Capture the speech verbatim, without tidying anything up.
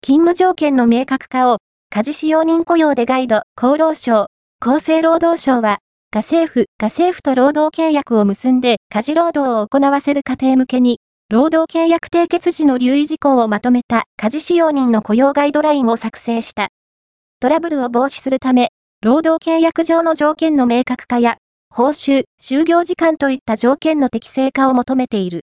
勤務条件の明確化を、家事使用人雇用でガイド、厚労省、厚生労働省は、家政婦、家政婦と労働契約を結んで家事労働を行わせる家庭向けに、労働契約締結時の留意事項をまとめた家事使用人の雇用ガイドラインを作成した。トラブルを防止するため、労働契約上の条件の明確化や、報酬、就業時間といった条件の適正化を求めている。